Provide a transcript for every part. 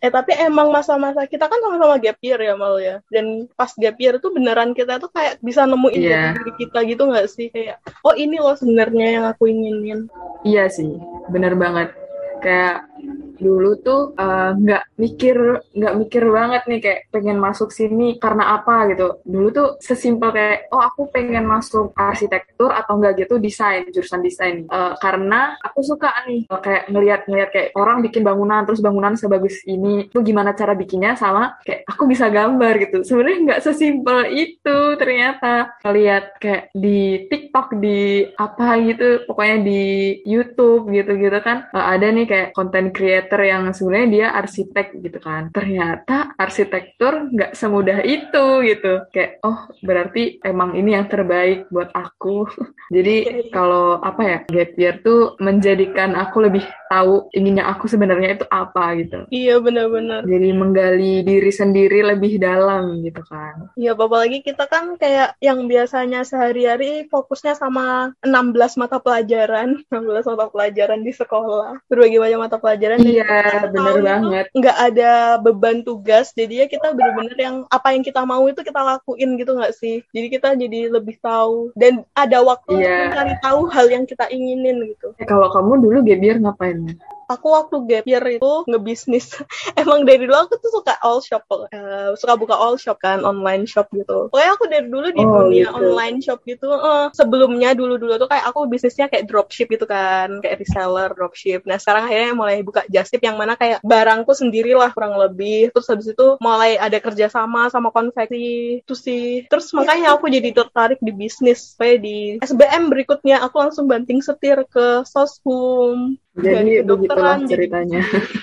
Tapi emang masa-masa kita kan sama-sama gap year ya Mal ya. Dan pas gap year tuh beneran kita tuh kayak bisa nemuin jati Iya, diri kita gitu nggak sih? Kayak, oh ini loh sebenarnya yang aku inginin. iya sih, bener banget. Kayak dulu tuh nggak mikir banget nih kayak pengen masuk sini karena apa gitu. Dulu tuh sesimpel kayak oh aku pengen masuk arsitektur atau enggak gitu desain, jurusan desain. Karena aku suka nih kayak ngelihat-ngelihat kayak orang bikin bangunan terus bangunan sebagus ini tuh gimana cara bikinnya sama kayak aku bisa gambar gitu. Sebenarnya nggak sesimpel itu ternyata. Lihat kayak di TikTok di apa gitu pokoknya di YouTube gitu-gitu kan ada nih kayak content creator yang sebenarnya dia arsitek gitu kan. Ternyata arsitektur nggak semudah itu gitu. Kayak oh berarti emang ini yang terbaik buat aku. Iya, Jadi iya. kalau apa ya gap year tuh menjadikan aku lebih tahu inginnya aku sebenarnya itu apa gitu. Iya benar-benar. Jadi menggali diri sendiri lebih dalam gitu kan. Iya, apalagi kita kan kayak yang biasanya sehari-hari fokusnya sama 16 mata pelajaran, 16 mata pelajaran di sekolah, berbagai macam mata pelajaran, dan Iya, itu kita bener setahun itu banget. nggak ada beban tugas, jadi ya kita bener-bener yang apa yang kita mau itu kita lakuin gitu nggak sih? Jadi kita jadi lebih tahu, dan ada waktu untuk Iya. mencari tahu hal yang kita inginin gitu. Kalau kamu dulu gap year ngapain? Aku waktu gap year itu ngebisnis. Emang dari dulu aku tuh suka all shop, suka buka all shop kan, online shop gitu. Pokoknya aku dari dulu di Oh dunia gitu. online shop gitu. Sebelumnya dulu-dulu tuh kayak aku bisnisnya kayak dropship gitu kan, kayak reseller dropship. Nah sekarang akhirnya mulai buka just tip yang mana kayak barangku sendirilah kurang lebih. Terus habis itu mulai ada kerjasama sama konveksi itu sih. Terus makanya aku jadi tertarik di bisnis. Kayak di SBM berikutnya aku langsung banting setir ke soshum. Jadi Dari begitulah kedokteran jadi ceritanya. bisnis.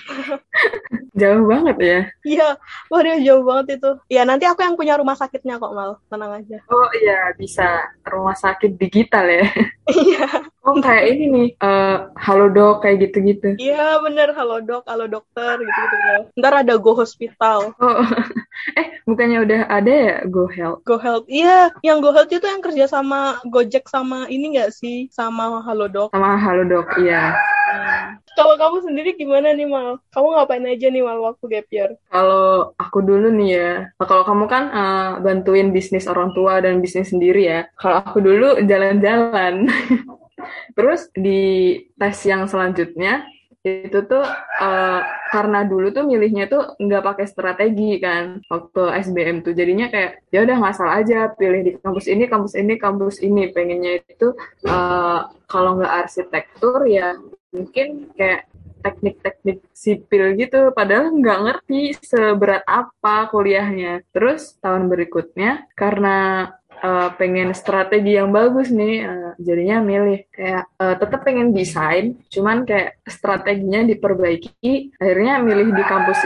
Jauh banget ya. Iya, wah dia jauh banget itu. Ya nanti aku yang punya rumah sakitnya kok Mal, tenang aja. Oh iya, bisa rumah sakit digital ya. Iya, Oh kayak ini nih, Halodoc kayak gitu-gitu. iya bener. Halo dok, halo dokter gitu-gitu ya. Ntar ada Go Hospital, Oh, bukannya udah ada ya Go Health Go Health. Iya, yang Go Health itu yang kerja sama Gojek sama ini nggak sih? Sama Halo dok. sama Halodoc, iya. Kalau kamu sendiri gimana nih Mal? Kamu ngapain aja nih Mal waktu gap year? Kalau aku dulu nih ya, kalau kamu kan bantuin bisnis orang tua dan bisnis sendiri ya. Kalau aku dulu jalan-jalan. Terus di tes yang selanjutnya itu tuh karena dulu tuh milihnya tuh nggak pakai strategi kan waktu SBM tuh jadinya kayak ya udah ngasal aja pilih di kampus ini kampus ini kampus ini pengennya itu kalau nggak arsitektur ya mungkin kayak teknik-teknik sipil gitu padahal nggak ngerti seberat apa kuliahnya terus tahun berikutnya karena pengen strategi yang bagus nih, jadinya milih kayak tetap pengen desain, cuman kayak strateginya diperbaiki. Akhirnya milih di kampus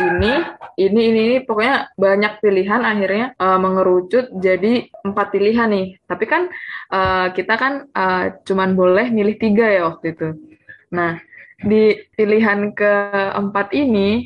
ini, pokoknya banyak pilihan. Akhirnya mengerucut jadi 4 pilihan nih. Tapi kan kita kan cuman boleh milih 3 ya waktu itu. Nah, di pilihan keempat ini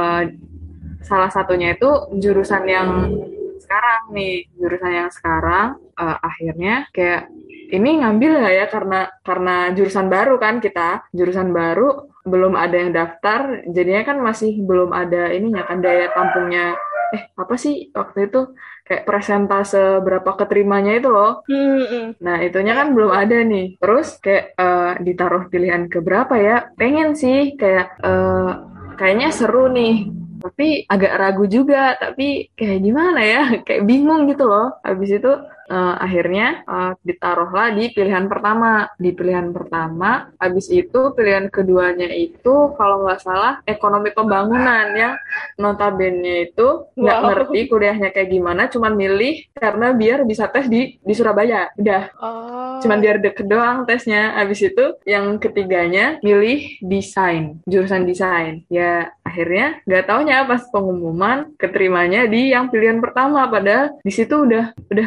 salah satunya itu jurusan yang sekarang nih jurusan yang sekarang akhirnya kayak ini ngambil nggak ya karena jurusan baru kan kita jurusan baru belum ada yang daftar jadinya kan masih belum ada ininya kan daya tampungnya apa sih waktu itu kayak persentase berapa keterimanya itu loh nah itunya kan belum ada nih terus kayak ditaruh pilihan ke berapa ya pengen sih kayak kayaknya seru nih tapi agak ragu juga tapi kayak gimana ya kayak bingung gitu loh habis itu akhirnya ditaruhlah di pilihan pertama habis itu pilihan keduanya itu kalau nggak salah ekonomi pembangunan yang notabene itu nggak Wow. ngerti kuliahnya kayak gimana cuman milih karena biar bisa tes di Surabaya udah cuman Oh, biar deket doang tesnya. Abis itu yang ketiganya milih desain, jurusan desain. Ya akhirnya nggak taunya pas pengumuman keterimanya di yang pilihan pertama. Padahal di situ udah kayak gimana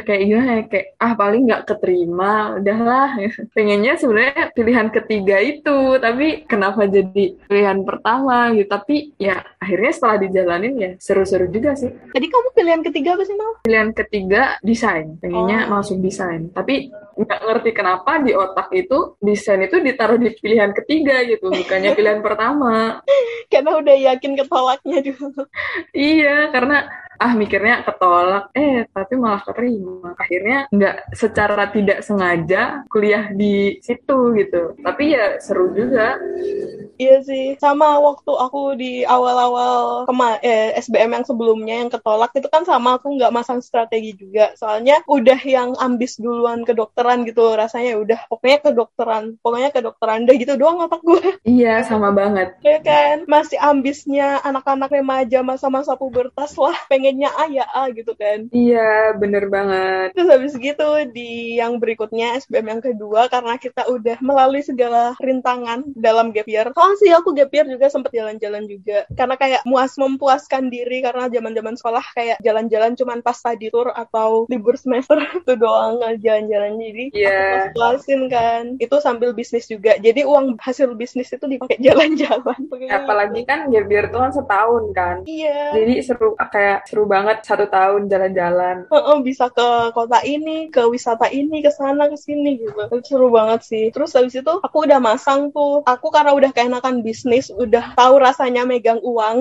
kayak paling nggak keterima, udahlah. Pengennya sebenarnya pilihan ketiga itu, tapi kenapa jadi pilihan pertama gitu. Tapi ya akhirnya setelah dijalanin ya seru-seru juga sih. Tadi kamu pilihan ketiga apa sih, Mal? Pilihan ketiga desain, pengennya Oh, masuk desain. Tapi nggak ngerti kenapa di otak itu desain itu ditaruh di pilihan ketiga gitu, bukannya pilihan pertama. karena udah yakin ketolaknya dulu. Iya, karena mikirnya ketolak, tapi malah keterima. Akhirnya nggak secara tidak sengaja kuliah di situ gitu. Tapi ya seru juga. Iya sih, sama waktu aku di awal-awal SBM yang sebelumnya yang ketolak itu kan sama aku nggak masang strategi juga. Soalnya udah yang ambis duluan kedokteran gitu rasanya udah pokoknya kedokteran deh gitu doang otak gue. Iya, sama banget. Ya kan, masih ambisnya anak-anak remaja masa-masa pubertas lah, pengennya A ya A gitu kan. Iya, bener banget. Terus habis gitu di yang berikutnya SBM yang kedua karena kita udah melalui segala rintangan dalam gap year. Soalnya sih aku gap year juga sempet jalan-jalan juga. Karena kayak mempuaskan diri karena zaman-zaman sekolah kayak jalan-jalan cuman pas study tour atau libur semester itu doang jalan-jalan. Jadi Iya. aku puasin kan. Itu sambil bisnis juga. Jadi uang hasil bisnis itu dipakai jalan-jalan. Apalagi kan gap year tuh kan setahun kan. Iya. Jadi seru banget 1 tahun jalan-jalan. Bisa ke kota ini, ke wisata ini, ke sana, ke sini gitu. Itu seru banget sih. Terus habis itu aku udah masang tuh. Aku karena udah keenakan bisnis, udah tahu rasanya megang uang,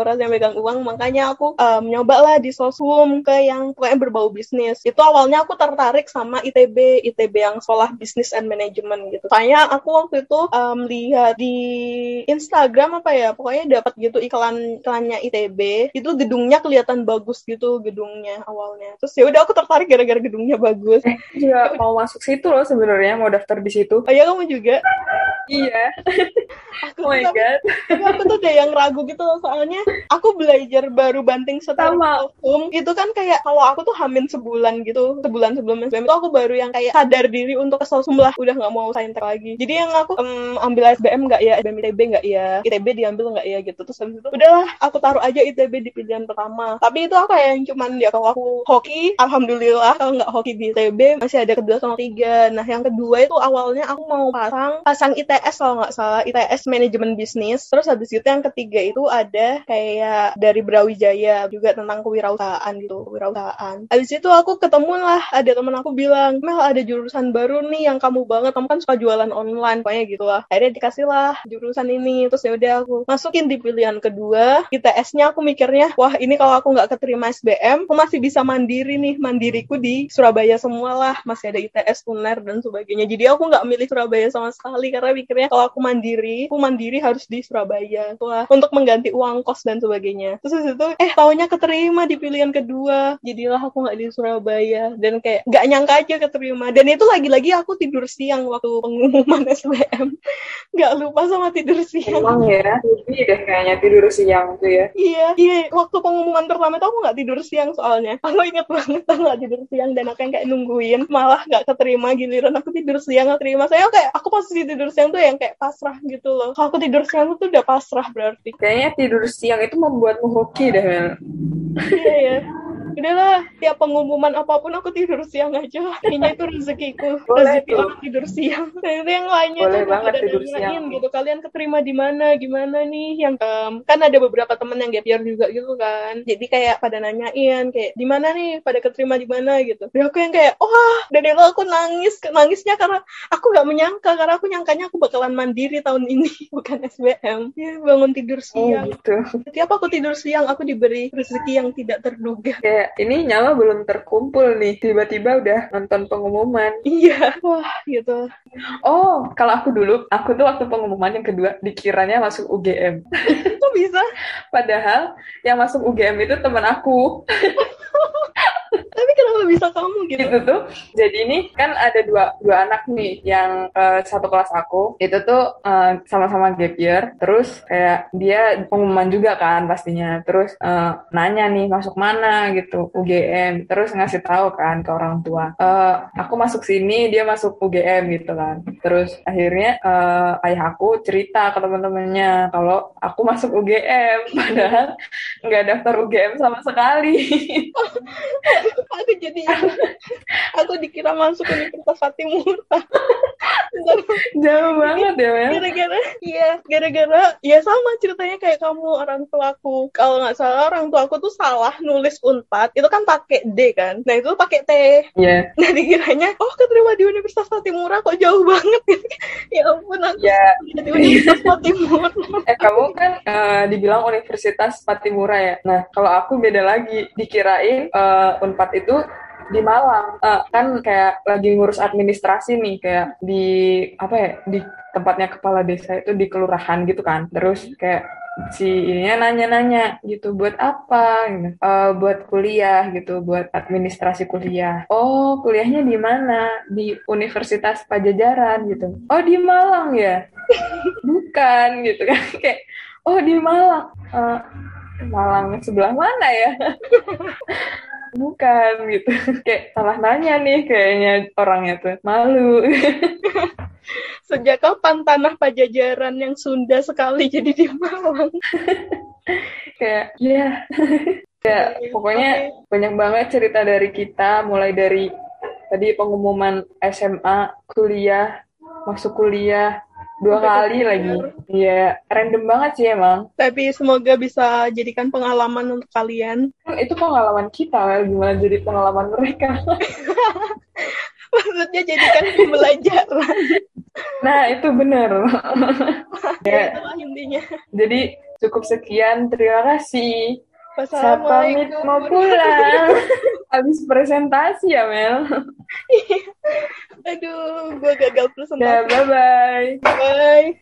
makanya aku nyobalah di sosum ke yang pokoknya berbau bisnis. Itu awalnya aku tertarik sama ITB yang sekolah Business and Management gitu. Soalnya aku waktu itu lihat di Instagram pokoknya dapat gitu iklannya ITB. Itu gedungnya kelihatan bagus gitu gedungnya awalnya. Terus ya udah aku tertarik gara-gara gedungnya bagus. Juga mau masuk situ loh sebenarnya, mau daftar di situ. Oh ya kamu juga? Iya. Aku Oh my God. tapi aku tuh udah yang ragu gitu loh, soalnya aku belajar baru banting setir Sama. hukum itu kan kayak kalau aku tuh hamin sebulan sebelum SBM itu aku baru yang kayak sadar diri untuk ke sosum lah, udah nggak mau saintek lagi. Jadi yang aku ambil SBM nggak ya, SBM ITB nggak ya, ITB diambil nggak ya gitu. Terus habis itu udahlah aku taruh aja ITB di pilihan pertama. Tapi itu aku kayak yang cuman ya kalau aku hoki, alhamdulillah. Kalau nggak hoki di ITB masih ada kedua sama tiga. Nah yang kedua itu awalnya aku mau pasang ITS kalau nggak salah, ITS manajemen bisnis. Terus habis itu yang ketiga itu ada kayak dari Brawijaya juga tentang kewirausahaan gitu, kewirausahaan. Habis itu aku ketemu lah ada temen aku bilang, Mel ada jurusan baru nih yang kamu banget, kamu kan suka jualan online pokoknya gitu lah. Akhirnya dikasih lah jurusan ini. Terus ya udah aku masukin di pilihan kedua. ITS-nya aku mikirnya, wah ini kalau aku nggak keterima SBM, aku masih bisa mandiri nih, mandiriku di Surabaya semua lah, masih ada ITS, UNER dan sebagainya. Jadi aku nggak milih Surabaya sama sekali karena mikirnya kalau aku mandiri harus di Surabaya wah, untuk mengganti uang kos dan sebagainya. Terus itu taunya keterima di pilihan kedua, jadilah aku nggak di Surabaya dan kayak nggak nyangka aja keterima. Dan itu lagi-lagi aku tidur siang waktu pengumuman SBM. Nggak lupa sama tidur siang. Emang ya, lebih deh kayaknya tidur siang tuh ya. Iya, waktu pengumuman pertama itu aku nggak tidur siang soalnya. Aku inget banget aku nggak tidur siang dan aku yang kayak nungguin, malah nggak keterima, giliran aku tidur siang nggak terima. Saya kayak aku posisi tidur siang tuh yang kayak pasrah gitu loh. Kalau aku tidur siang tuh udah pasrah berarti. Kayaknya tidur siang itu membuatmu hoki deh, Mel. Iya ya. Udahlah, tiap pengumuman apapun aku tidur siang aja. Kayaknya itu rezekiku. Boleh Rezeki tuh. orang tidur siang. Nah, itu yang lainnya Boleh tuh udah banget pada tidur nanyain siang. gitu. Kalian keterima di mana, gimana nih? Yang kan ada beberapa temen yang gap year juga gitu kan. Jadi kayak pada nanyain kayak di mana nih, pada keterima di mana gitu. Dan aku yang kayak, wah, dan itu aku nangisnya karena aku nggak menyangka, karena aku nyangkanya aku bakalan mandiri tahun ini, bukan SBM. Ya, bangun tidur Oh siang. gitu. Setiap aku tidur siang, aku diberi rezeki yang tidak terduga. Kayak ini nyawa belum terkumpul nih, tiba-tiba udah nonton pengumuman. Iya, wah gitu. Oh, kalau aku tuh waktu pengumuman yang kedua dikiranya masuk UGM. Kok bisa? Padahal yang masuk UGM itu teman aku. Tapi kenapa bisa kamu gitu? Itu tuh, jadi ini kan ada dua anak nih yang satu kelas aku. Itu tuh sama-sama gap year. Terus kayak dia pengumuman juga kan pastinya. Terus nanya nih masuk mana gitu, UGM. Terus ngasih tahu kan ke orang tua. Aku masuk sini, dia masuk UGM gitu kan. Terus akhirnya ayah aku cerita ke teman-temannya kalau aku masuk UGM. Padahal nggak daftar UGM sama sekali. Aku jadi aku dikira masuk Universitas Patimura. Jauh banget ya, Mel. Gara-gara ya sama ceritanya kayak kamu, orang tuaku. Kalau nggak salah orang tuaku tuh salah nulis Unpad, itu kan pakai D kan. Nah, itu pakai T. Iya. Nah, dikiranya keterima di Universitas Patimura kok jauh banget gitu. Ya ampun, aku di Universitas Patimura. Kamu kan dibilang Universitas Patimura ya. Nah, kalau aku beda lagi. Dikirain Unpad itu di Malang. Kan kayak lagi ngurus administrasi nih, kayak di apa ya, di tempatnya kepala desa itu di kelurahan gitu kan. Terus kayak si ininya nanya-nanya gitu, buat apa gitu. Buat kuliah gitu, buat administrasi kuliah. Oh, kuliahnya di mana? Di Universitas Pajajaran gitu. Oh, di Malang ya? Bukan gitu kan. Kayak, oh, di Malang. Malang sebelah mana ya? Bukan gitu. Kayak salah nanya nih kayaknya orangnya tuh. Malu. Sejak kapan tanah Pajajaran yang Sunda sekali jadi di Malang? Kayak kayak pokoknya banyak banget cerita dari kita, mulai dari tadi pengumuman SMA, kuliah, masuk kuliah 2 kali lagi. Iya, random banget sih emang. Tapi semoga bisa jadikan pengalaman untuk kalian. Itu pengalaman kita, gimana jadi pengalaman mereka. Maksudnya jadikan pembelajaran. Nah, itu benar. Ya, itulah intinya. Jadi cukup sekian, terima kasih. Saya pamit Assalamualaikum. mau pulang. Habis presentasi ya, Mel. Aduh, gue gagal presentasi. Ya, bye-bye. Bye.